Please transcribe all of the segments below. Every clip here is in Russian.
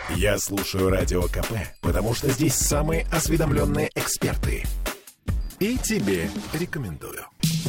Я слушаю Радио КП, потому что здесь самые осведомленные эксперты. И тебе рекомендую.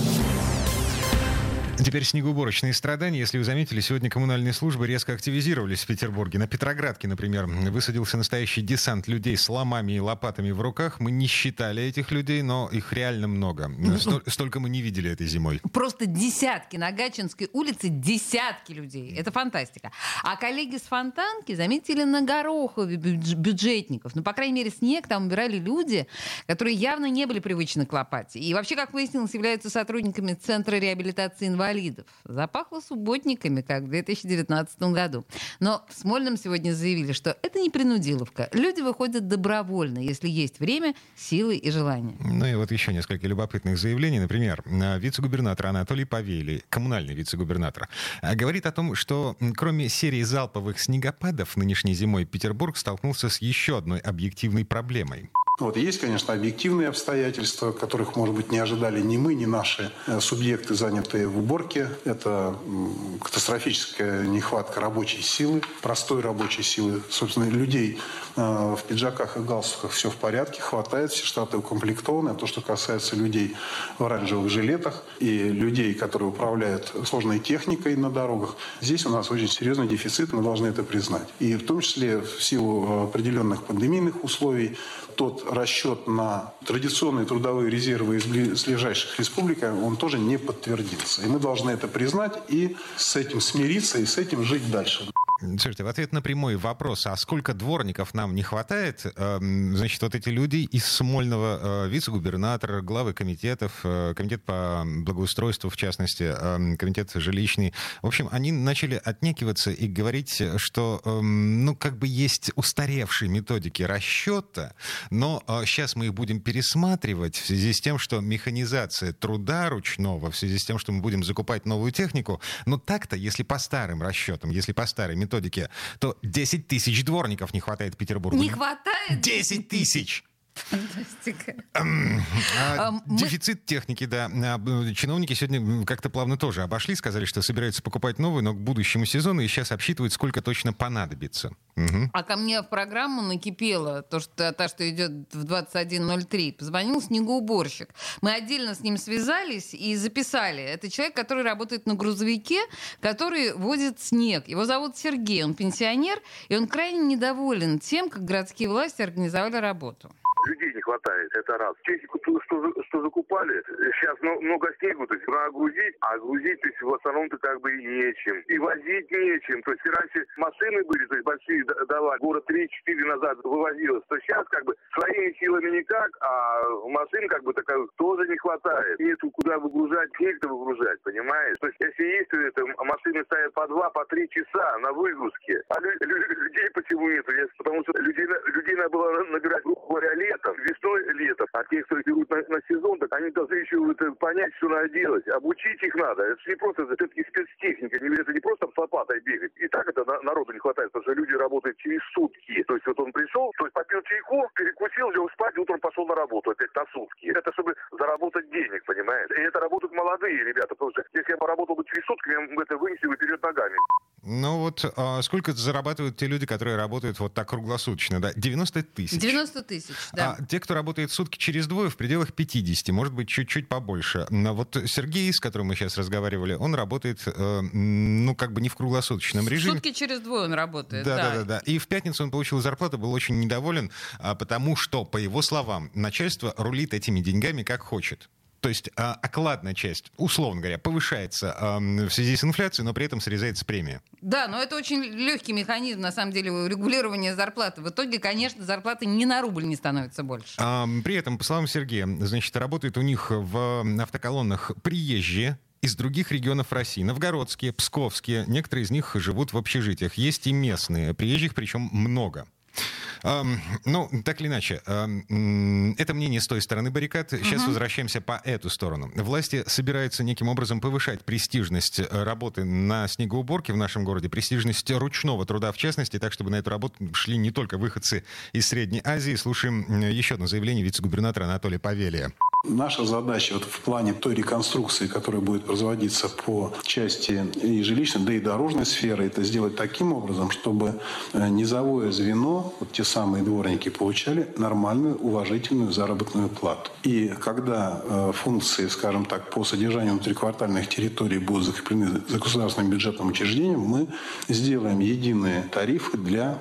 Теперь снегоуборочные страдания. Если вы заметили, сегодня коммунальные службы резко активизировались в Петербурге. На Петроградке, например, высадился настоящий десант людей с ломами и лопатами в руках. Мы не считали этих людей, но их реально много. Столько мы не видели этой зимой. Просто десятки. На Гатчинской улице десятки людей. Это фантастика. А коллеги с Фонтанки заметили на Горохове бюджетников. Ну, по крайней мере, снег там убирали люди, которые явно не были привычны к лопате. И вообще, как выяснилось, являются сотрудниками Центра реабилитации инвалидов. Запахло субботниками, как в 2019 году. Но в Смольном сегодня заявили, что это не принудиловка. Люди выходят добровольно, если есть время, силы и желание. Ну и вот еще несколько любопытных заявлений. Например, вице-губернатор Анатолий Павелий, коммунальный вице-губернатор, говорит о том, что кроме серии залповых снегопадов нынешней зимой Петербург столкнулся с еще одной объективной проблемой. Есть, конечно, объективные обстоятельства, которых, может быть, не ожидали ни мы, ни наши субъекты, занятые в уборке. Это катастрофическая нехватка рабочей силы, простой рабочей силы. Собственно, людей в пиджаках и галстуках все в порядке, хватает, все штаты укомплектованы. А то, что касается людей в оранжевых жилетах и людей, которые управляют сложной техникой на дорогах, здесь у нас очень серьезный дефицит, мы должны это признать. И в том числе в силу определенных пандемийных условий тот расчет на традиционные трудовые резервы из ближайших республик, он тоже не подтвердился. И мы должны это признать и с этим смириться, и с этим жить дальше. Слушайте, в ответ на прямой вопрос, а сколько дворников нам не хватает, значит, вот эти люди из Смольного, вице-губернатор, главы комитетов, комитет по благоустройству, в частности, комитет жилищный, в общем, они начали отнекиваться и говорить, что, есть устаревшие методики расчета, но сейчас мы их будем пересматривать в связи с тем, что механизация труда ручного, в связи с тем, что мы будем закупать новую технику, но так-то, если по старым расчетам, если по старой методике, то 10 тысяч дворников не хватает Петербургу. Не хватает? 10 тысяч! Фантастика. Дефицит техники, да. Чиновники сегодня как-то плавно тоже обошли, сказали, что собираются покупать новую, но к будущему сезону и сейчас обсчитывают, сколько точно понадобится. Угу. А ко мне в программу накипело та, что идет в 21:03. Позвонил снегоуборщик. Мы отдельно с ним связались и записали. Это человек, который работает на грузовике, который возит снег. Его зовут Сергей, он пенсионер, и он крайне недоволен тем, как городские власти организовали работу. Людей не хватает, это раз. Технику, что закупали, сейчас много снегу, то есть надо грузить, а грузить, то есть в основном-то как бы и нечем. И возить нечем. То есть раньше машины были, то есть большие давали, года 3-4 назад вывозилось, то сейчас как бы своими силами никак, а машин как бы такая тоже не хватает. Нету куда выгружать, некуда выгружать, понимаешь? То есть если есть, то машины стоят по 2-3 часа на выгрузке. А людей почему нету? Потому что людей надо было набирать, грубо говоря, летом, весной, летом. А те, кто берут на сезон, так они должны еще понять, что надо делать. Обучить их надо. Это же не просто, это спецтехника. Это не просто с лопатой бегать. И так это народу не хватает, потому что люди работают через сутки. То есть вот он пришел, то есть попил чайку, перекусил, лег спать, утром пошел на работу опять на сутки. Это чтобы заработать денег, понимаешь? И это работают молодые ребята, потому что если я поработал бы через сутки, я это вынесел и вперед ногами. Ну вот сколько зарабатывают те люди, которые работают вот так круглосуточно? Да? 90 тысяч. 90 тысяч, да. А те, кто работает сутки через двое, в пределах 50, может быть, чуть-чуть побольше. Но вот Сергей, с которым мы сейчас разговаривали, он работает, не в круглосуточном режиме. Сутки через двое он работает, да. И в пятницу он получил зарплату, был очень недоволен, потому что, по его словам, начальство рулит этими деньгами как хочет. То есть окладная часть, условно говоря, повышается в связи с инфляцией, но при этом срезается премия. Да, но это очень легкий механизм, на самом деле, регулирования зарплаты. В итоге, конечно, зарплаты ни на рубль не становятся больше. При этом, по словам Сергея, значит, работают у них в автоколоннах приезжие из других регионов России. Новгородские, псковские. Некоторые из них живут в общежитиях. Есть и местные. Приезжих, причем много. Так или иначе, это мнение с той стороны баррикад. Сейчас возвращаемся по эту сторону. Власти собираются неким образом повышать престижность работы на снегоуборке в нашем городе, престижность ручного труда в частности, так, чтобы на эту работу шли не только выходцы из Средней Азии. Слушаем еще одно заявление вице-губернатора Анатолия Павелия. Наша задача вот в плане той реконструкции, которая будет производиться по части и жилищной, да и дорожной сферы, это сделать таким образом, чтобы низовое звено, вот те самые дворники, получали нормальную, уважительную заработную плату. И когда функции, скажем так, по содержанию внутриквартальных территорий будут закреплены за государственным бюджетным учреждением, мы сделаем единые тарифы для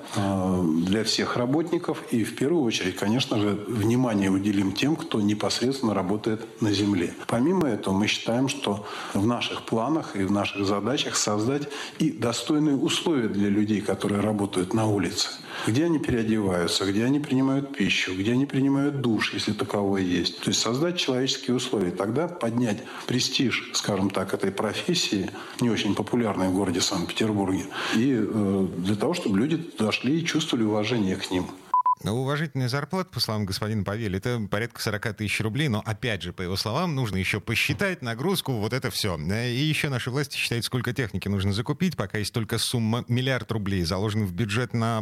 всех работников. И в первую очередь, конечно же, внимание уделим тем, кто непосредственно работает на земле. Помимо этого, мы считаем, что в наших планах и в наших задачах создать и достойные условия для людей, которые работают на улице. Где они переодеваются, где они принимают пищу, где они принимают душ, если таковой есть. То есть создать человеческие условия. Тогда поднять престиж, скажем так, этой профессии, не очень популярной в городе Санкт-Петербурге, и для того, чтобы люди дошли и чувствовали уважение к ним. Уважительная зарплата, по словам господина Павелия, это порядка 40 тысяч рублей, но, опять же, по его словам, нужно еще посчитать нагрузку, вот это все. И еще наши власти считают, сколько техники нужно закупить, пока есть только сумма 1 миллиард рублей, заложена в бюджет на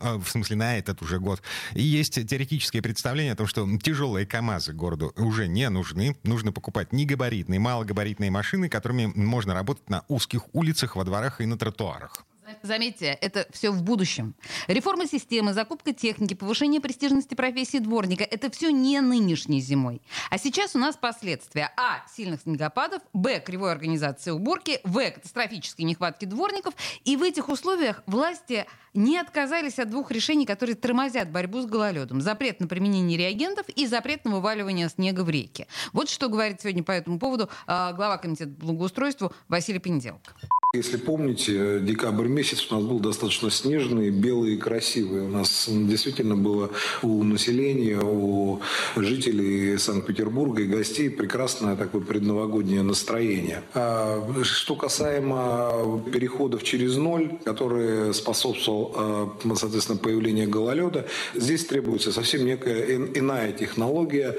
этот уже год. И есть теоретическое представление о том, что тяжелые КАМАЗы городу уже не нужны. Нужно покупать негабаритные, малогабаритные машины, которыми можно работать на узких улицах, во дворах и на тротуарах. Заметьте, это все в будущем. Реформа системы, закупка техники, повышение престижности профессии дворника — это все не нынешней зимой. А сейчас у нас последствия. А. Сильных снегопадов. Б. Кривой организации уборки. В. Катастрофической нехватки дворников. И в этих условиях власти не отказались от 2 решений, которые тормозят борьбу с гололедом. Запрет на применение реагентов и запрет на вываливание снега в реки. Вот что говорит сегодня по этому поводу глава комитета по благоустройству Василий Пенеделок. Если помните, декабрь месяц у нас был достаточно снежный, белый и красивый. У нас действительно было у населения, у жителей Санкт-Петербурга и гостей прекрасное такое предновогоднее настроение. Что касаемо переходов через ноль, который способствовал, соответственно, появлению гололеда, здесь требуется совсем некая иная технология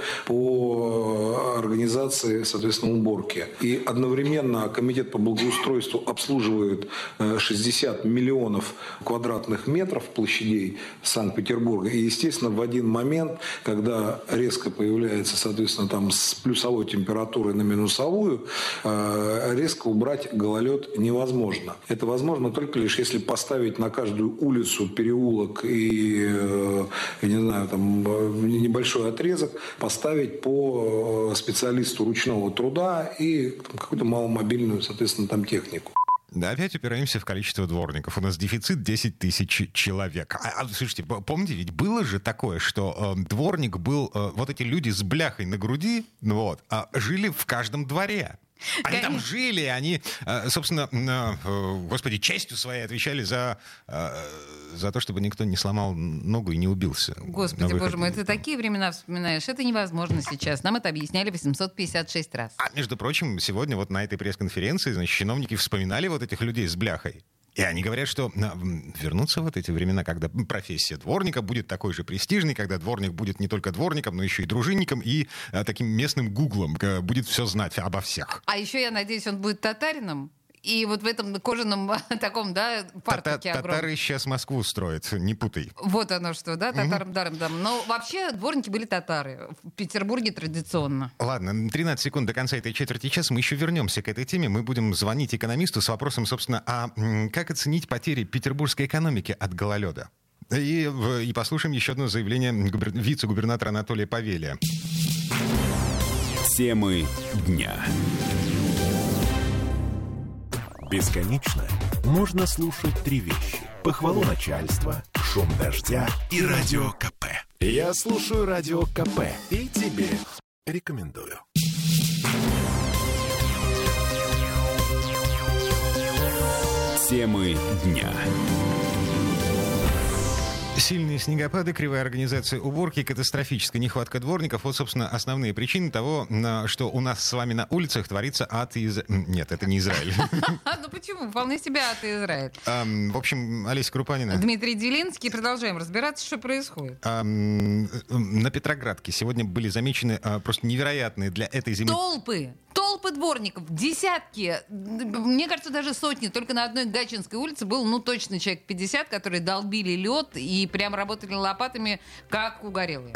по организации, соответственно, уборки. И одновременно комитет по благоустройству обслуживает 60 миллионов квадратных метров площадей Санкт-Петербурга. И, естественно, в один момент, когда резко появляется, соответственно, там с плюсовой температурой на минусовую, резко убрать гололед невозможно. Это возможно только лишь если поставить на каждую улицу, переулок и, я не знаю, там небольшой отрезок, поставить по специалисту ручного труда и какую-то маломобильную, соответственно, там технику. Да, опять упираемся в количество дворников. У нас дефицит 10 тысяч человек. Слушайте, помните, ведь было же такое, что дворник был, вот эти люди с бляхой на груди, жили в каждом дворе. Они там жили, они, собственно, господи, честью своей отвечали за то, чтобы никто не сломал ногу и не убился. Господи, боже мой, ты такие времена вспоминаешь. Это невозможно сейчас. Нам это объясняли 856 раз. А между прочим, сегодня вот на этой пресс-конференции, значит, чиновники вспоминали вот этих людей с бляхой. И они говорят, что вернутся вот эти времена, когда профессия дворника будет такой же престижной, когда дворник будет не только дворником, но еще и дружинником, и таким местным гуглом, будет все знать обо всех. А еще, я надеюсь, он будет татарином. И вот в этом кожаном таком, да, фартуке огромном. Татары сейчас Москву строят, не путай. Вот оно что, да, татарам даром дам. Но вообще дворники были татары. В Петербурге традиционно. Ладно, 13 секунд до конца этой четверти часа. Мы еще вернемся к этой теме. Мы будем звонить экономисту с вопросом, собственно, как оценить потери петербургской экономики от гололеда? И послушаем еще одно заявление вице-губернатора Анатолия Павелия. Темы дня. Бесконечно можно слушать 3 вещи. Похвалу начальства, шум дождя и радио КП. Я слушаю радио КП и тебе рекомендую. Темы дня. Сильные снегопады, кривая организация уборки, катастрофическая нехватка дворников. Вот, собственно, основные причины того, что у нас с вами на улицах творится ад из... Нет, это не Израиль. Ну почему? Вполне себе ад и Израиль. В общем, Олеся Крупанина. Дмитрий Делинский. Продолжаем разбираться, что происходит. На Петроградке сегодня были замечены просто невероятные для этой зимы... Толпы толпы дворников, десятки, мне кажется, даже сотни. Только на одной Гатчинской улице было, точно человек 50, которые долбили лед и прям работали лопатами, как угорелые.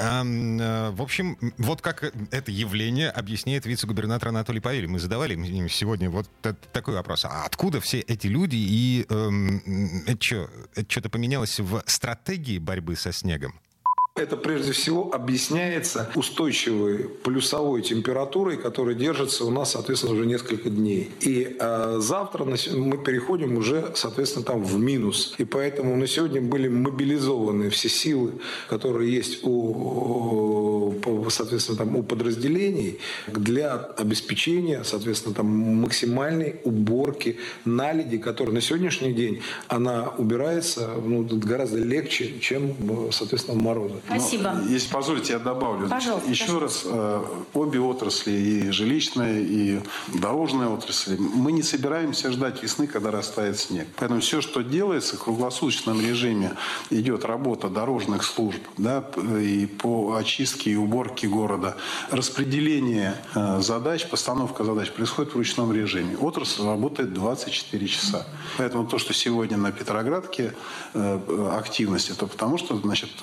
В общем, вот как это явление объясняет вице-губернатор Анатолий Павель. Мы задавали им сегодня вот такой вопрос. А откуда все эти люди? И это что-то поменялось в стратегии борьбы со снегом? Это прежде всего объясняется устойчивой плюсовой температурой, которая держится у нас, соответственно, уже несколько дней. И завтра мы переходим уже, соответственно, там в минус. И поэтому на сегодня были мобилизованы все силы, которые есть соответственно, там, у подразделений для обеспечения, соответственно, там, максимальной уборки наледи, которая на сегодняшний день она убирается гораздо легче, чем, соответственно, морозы. Спасибо. Если позволите, я добавлю. Пожалуйста. Еще раз, обе отрасли, и жилищная, и дорожная отрасль, мы не собираемся ждать весны, когда растает снег. Поэтому все, что делается в круглосуточном режиме, идет работа дорожных служб, да, и по очистке и уборке города. Распределение задач, постановка задач происходит в ручном режиме. Отрасль работает 24 часа. Поэтому то, что сегодня на Петроградке активность, это потому что,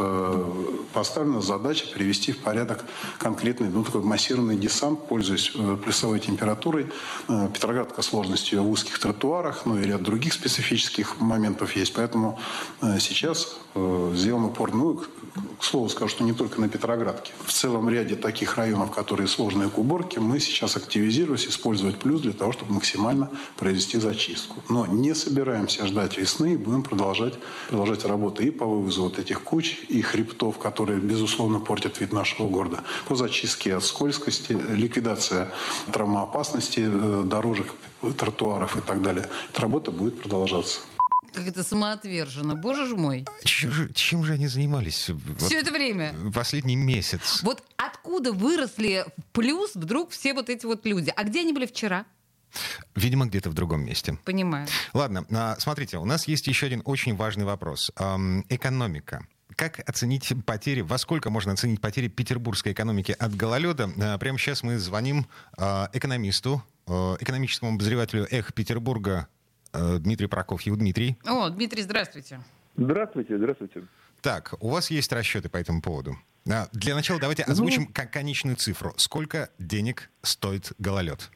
поставлена задача привести в порядок конкретный, такой массированный десант, пользуясь плюсовой температурой. Петроградка сложность ее в узких тротуарах, и ряд других специфических моментов есть. Поэтому сейчас сделан упор, к слову скажу, что не только на Петроградке. В целом ряде таких районов, которые сложные к уборке, мы сейчас активизируемся, использовать плюс для того, чтобы максимально произвести зачистку. Но не собираемся ждать весны и будем продолжать работу и по вывозу вот этих куч и хребтов, которые, безусловно, портят вид нашего города, по зачистке от скользкости, ликвидация травмоопасности дорожек, тротуаров и так далее. Эта работа будет продолжаться. Как это самоотверженно. Боже ж мой. Чем же они занимались? Все это время. Последний месяц. Вот откуда выросли в плюс вдруг все вот эти вот люди? А где они были вчера? Видимо, где-то в другом месте. Понимаю. Ладно, смотрите, у нас есть еще один очень важный вопрос. Экономика. Как оценить потери, во сколько можно оценить потери петербургской экономики от гололеда? Прямо сейчас мы звоним экономисту, экономическому обозревателю «Эхо Петербурга» Дмитрию Прокофьеву. Дмитрий. Дмитрий, здравствуйте. Здравствуйте. Так, у вас есть расчеты по этому поводу? Для начала давайте озвучим конечную цифру. Сколько денег стоит гололед?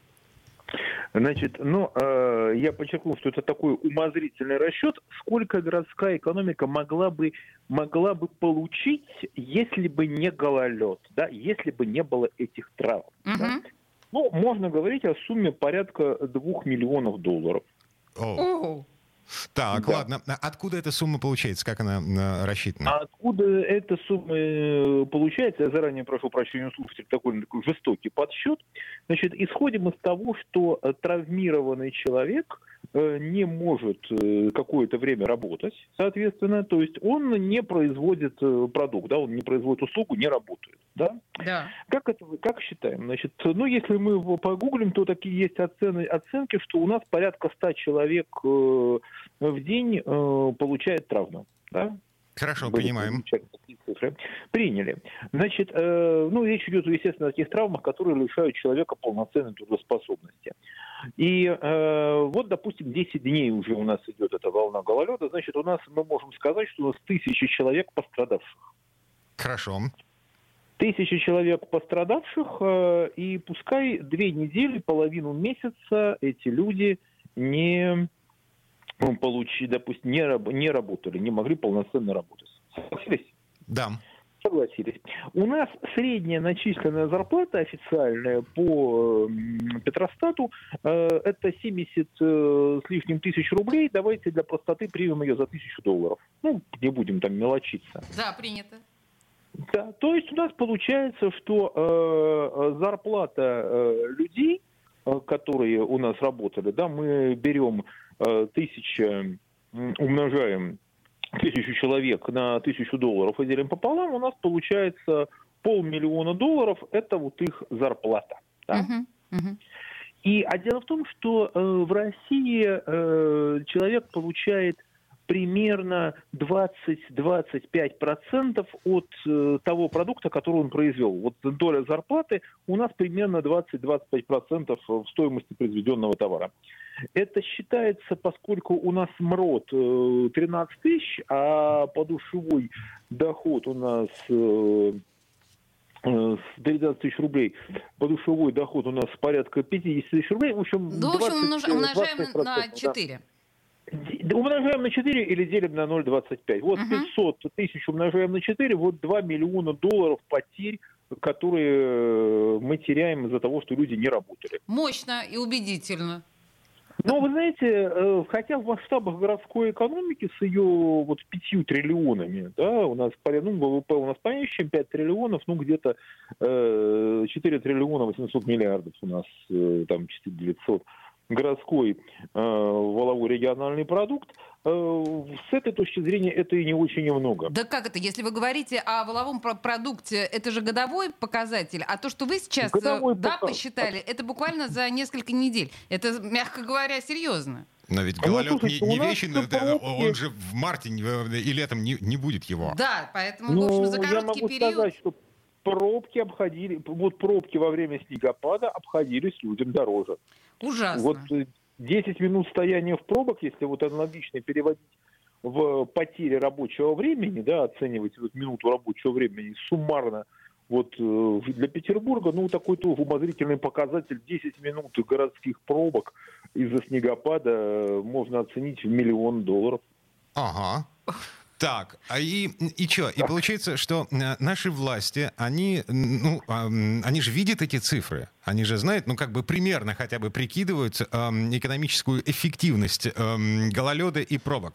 Значит, я подчеркну, что это такой умозрительный расчет, сколько городская экономика могла бы получить, если бы не гололед, да, если бы не было этих травм. Угу. Да? Можно говорить о сумме порядка $2 миллионов. Так, да. Ладно. Откуда эта сумма получается? Как она рассчитана? Откуда эта сумма получается? Я заранее прошу прощения у слушателей, такой жестокий подсчет. Значит, исходим из того, что травмированный человек не может какое-то время работать, соответственно, то есть он не производит продукт, да, он не производит услугу, не работает, да? Да. Как считаем? Значит, если мы погуглим, то такие есть оценки, что у нас порядка 100 человек в день получает травму, да? Хорошо, понимаем. Такие цифры. Приняли. Значит, речь идет, естественно, о таких травмах, которые лишают человека полноценной трудоспособности. И допустим, 10 дней уже у нас идет эта волна гололеда, значит, мы можем сказать, что у нас 1000 человек пострадавших. Хорошо. 1000 человек пострадавших, и пускай 2 недели, половину месяца эти люди не работали, не могли полноценно работать. Согласились? Да. Согласились. У нас средняя начисленная зарплата официальная по Петростату это 70 с лишним тысяч рублей. Давайте для простоты примем ее за $1000. Не будем там мелочиться. Да, принято. Да, то есть у нас получается, что зарплата людей, которые у нас работали, да, мы берем 1000, умножаем 1000 человек на $1000 и делим пополам, у нас получается $500 000, это вот их зарплата. Да? А дело в том, что в России человек получает примерно 20-25% от того продукта, который он произвел. Вот доля зарплаты у нас примерно 20-25% в стоимости произведенного товара. Это считается, поскольку у нас МРОТ 13 тысяч, а подушевой доход у нас 13 тысяч рублей, подушевой доход у нас порядка 50 тысяч рублей. В общем, умножаем на 4. Да. Умножаем на 4 или делим на 0,25. Вот 500 тысяч умножаем на 4, вот 2 миллиона долларов потерь, которые мы теряем из-за того, что люди не работали. Мощно и убедительно. Но вы знаете, хотя в масштабах городской экономики с ее вот 5 триллионами, да, у нас ВВП у нас поменьше, чем 5 триллионов, где-то 4 триллиона 800 миллиардов у нас, там 4900 городской валовой региональный продукт. С этой точки зрения это и не очень много. Да как это? Если вы говорите о валовом продукте, это же годовой показатель, а то, что вы сейчас посчитали, это буквально за несколько недель. Это, мягко говоря, серьезно. Но ведь гололед не вечен, он же в марте и летом не будет его. Да, поэтому, в общем, за короткий период... Я могу сказать, что пробки во время снегопада обходились людям дороже. Ужасно. Вот 10 минут стояния в пробках, если вот аналогично переводить в потери рабочего времени, да, оценивать вот минуту рабочего времени суммарно, вот для Петербурга, такой тоже умозрительный показатель, 10 минут городских пробок из-за снегопада можно оценить в $1 миллион. Ага. Так, и что? И получается, что наши власти, они же видят эти цифры. Они же знают, примерно хотя бы прикидывают экономическую эффективность гололеда и пробок.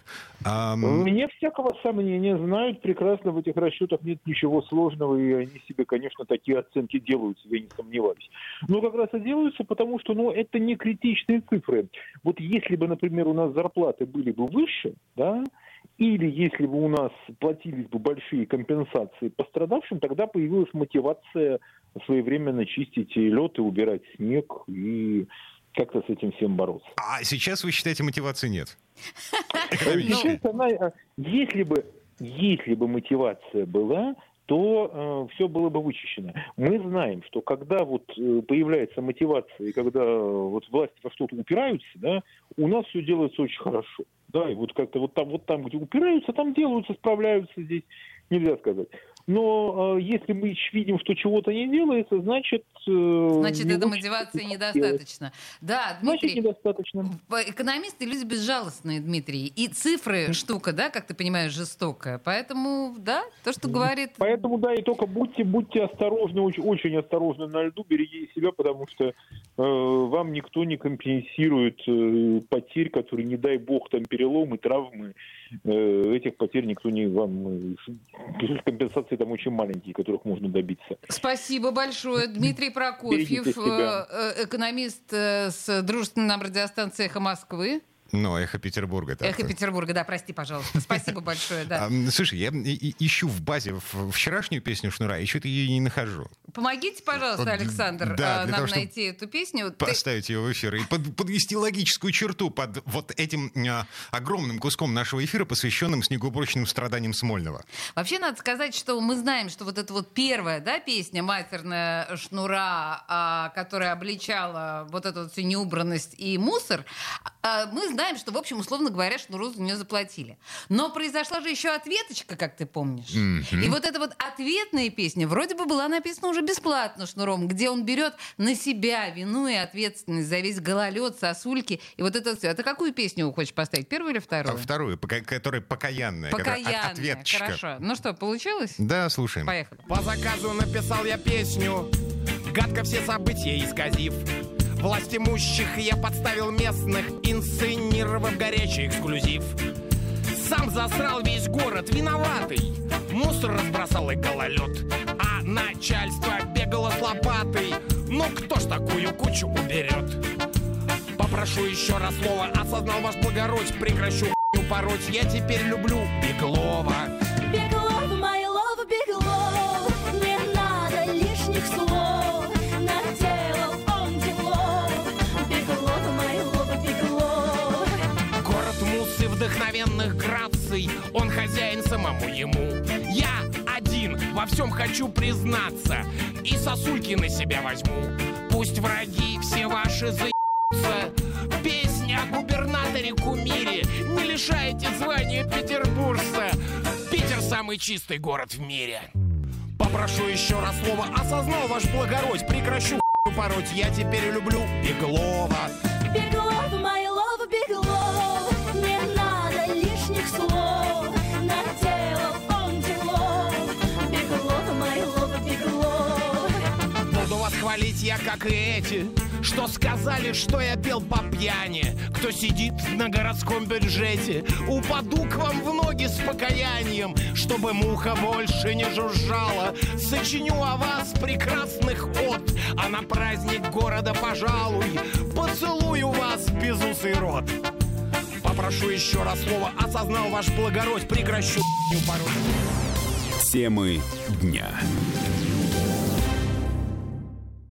Вне всякого сомнения, знают прекрасно, в этих расчетах нет ничего сложного, и они себе, конечно, такие оценки делают, я не сомневаюсь. Но как раз и делаются, потому что, это не критичные цифры. Вот если бы, например, у нас зарплаты были бы выше, да, или если бы у нас платились бы большие компенсации пострадавшим, тогда появилась мотивация своевременно чистить лед и убирать снег и как-то с этим всем бороться. А сейчас вы считаете, мотивации нет? Если бы мотивация была, то все было бы вычищено. Мы знаем, что когда появляется мотивация, и когда власти во что-то упираются, да, у нас все делается очень хорошо. Да, и как-то там, где упираются, там делаются, справляются, здесь нельзя сказать. Но если мы видим, что чего-то не делается, значит... этой мотивации недостаточно. Да, Дмитрий, значит, недостаточно. Экономисты люди безжалостные, Дмитрий. И цифры штука, да, как ты понимаешь, жестокая. Поэтому, да, то, что говорит... Поэтому, да, и только будьте осторожны, очень, очень осторожны на льду, берегите себя, потому что вам никто не компенсирует потерь, которые, не дай бог, там переломы, травмы. Этих потерь никто не вам... Компенсации там очень маленькие, которых можно добиться. Спасибо большое. Дмитрий Прокофьев, экономист с дружественной нам радиостанцией «Эхо Москвы». «Эхо Петербурга». «Эхо Петербурга», да, прости, пожалуйста. Спасибо большое, да. Слушай, я ищу в базе вчерашнюю песню Шнура, еще ее не нахожу. Помогите, пожалуйста, Александр, нам найти эту песню. Поставить ее в эфир и подвести логическую черту под вот этим огромным куском нашего эфира, посвященным снегоуборочным страданиям Смольного. Вообще, надо сказать, что мы знаем, что вот эта вот первая, да, песня матерная Шнура, которая обличала вот эту вот всю неубранность и мусор, мы знаем, что, в общем, условно говоря, Шнуру за нее заплатили. Но произошла же еще ответочка, как ты помнишь. Mm-hmm. И вот эта вот ответная песня вроде бы была написана уже бесплатно Шнуром, где он берет на себя вину и ответственность за весь гололед, сосульки и вот это все. А ты какую песню хочешь поставить, первую или вторую? Вторую, которая покаянная. Покаянная, ответчика. Хорошо. Ну что, получилось? Да, слушаем. Поехали. По заказу написал я песню, гадко все события исказив. Власть имущих я подставил местных, инсценировав горячий эксклюзив. Сам засрал весь город, виноватый. Мусор разбросал и гололед, а начальство бегало с лопатой. Ну кто ж такую кучу уберет? Попрошу еще раз слово, осознал ваш благородь. Прекращу хуйню пороть, я теперь люблю Беглова. Беглов, my love, Беглов. Не надо лишних слов. Наделал он делов. Беглов, my love, Беглов. Город мусс и вдохновенных град. самому ему. Я один во всем хочу признаться и сосульки на себя возьму. Пусть враги все ваши заебутся. Песня о губернаторе-кумире. Не лишайте звания петербуржца. Питер самый чистый город в мире. Попрошу еще раз слово, осознал ваш благородь. Прекращу пороть, я теперь люблю Беглова. Беглов, my love, Беглов, не надо лишних слов, наделал он делов. Беглов, my love, Беглов. Буду вас хвалить я, как и эти, что сказали, что я пел по пьяни. Кто сидит на городском бюджете, упаду к вам в ноги с покаянием, чтобы муха больше не жужжала. Сочиню о вас прекрасных от, а на праздник города, пожалуй, поцелую вас в безусый рот. Попрошу еще раз слово, осознал ваш благородь, прекращу порой. Темы дня.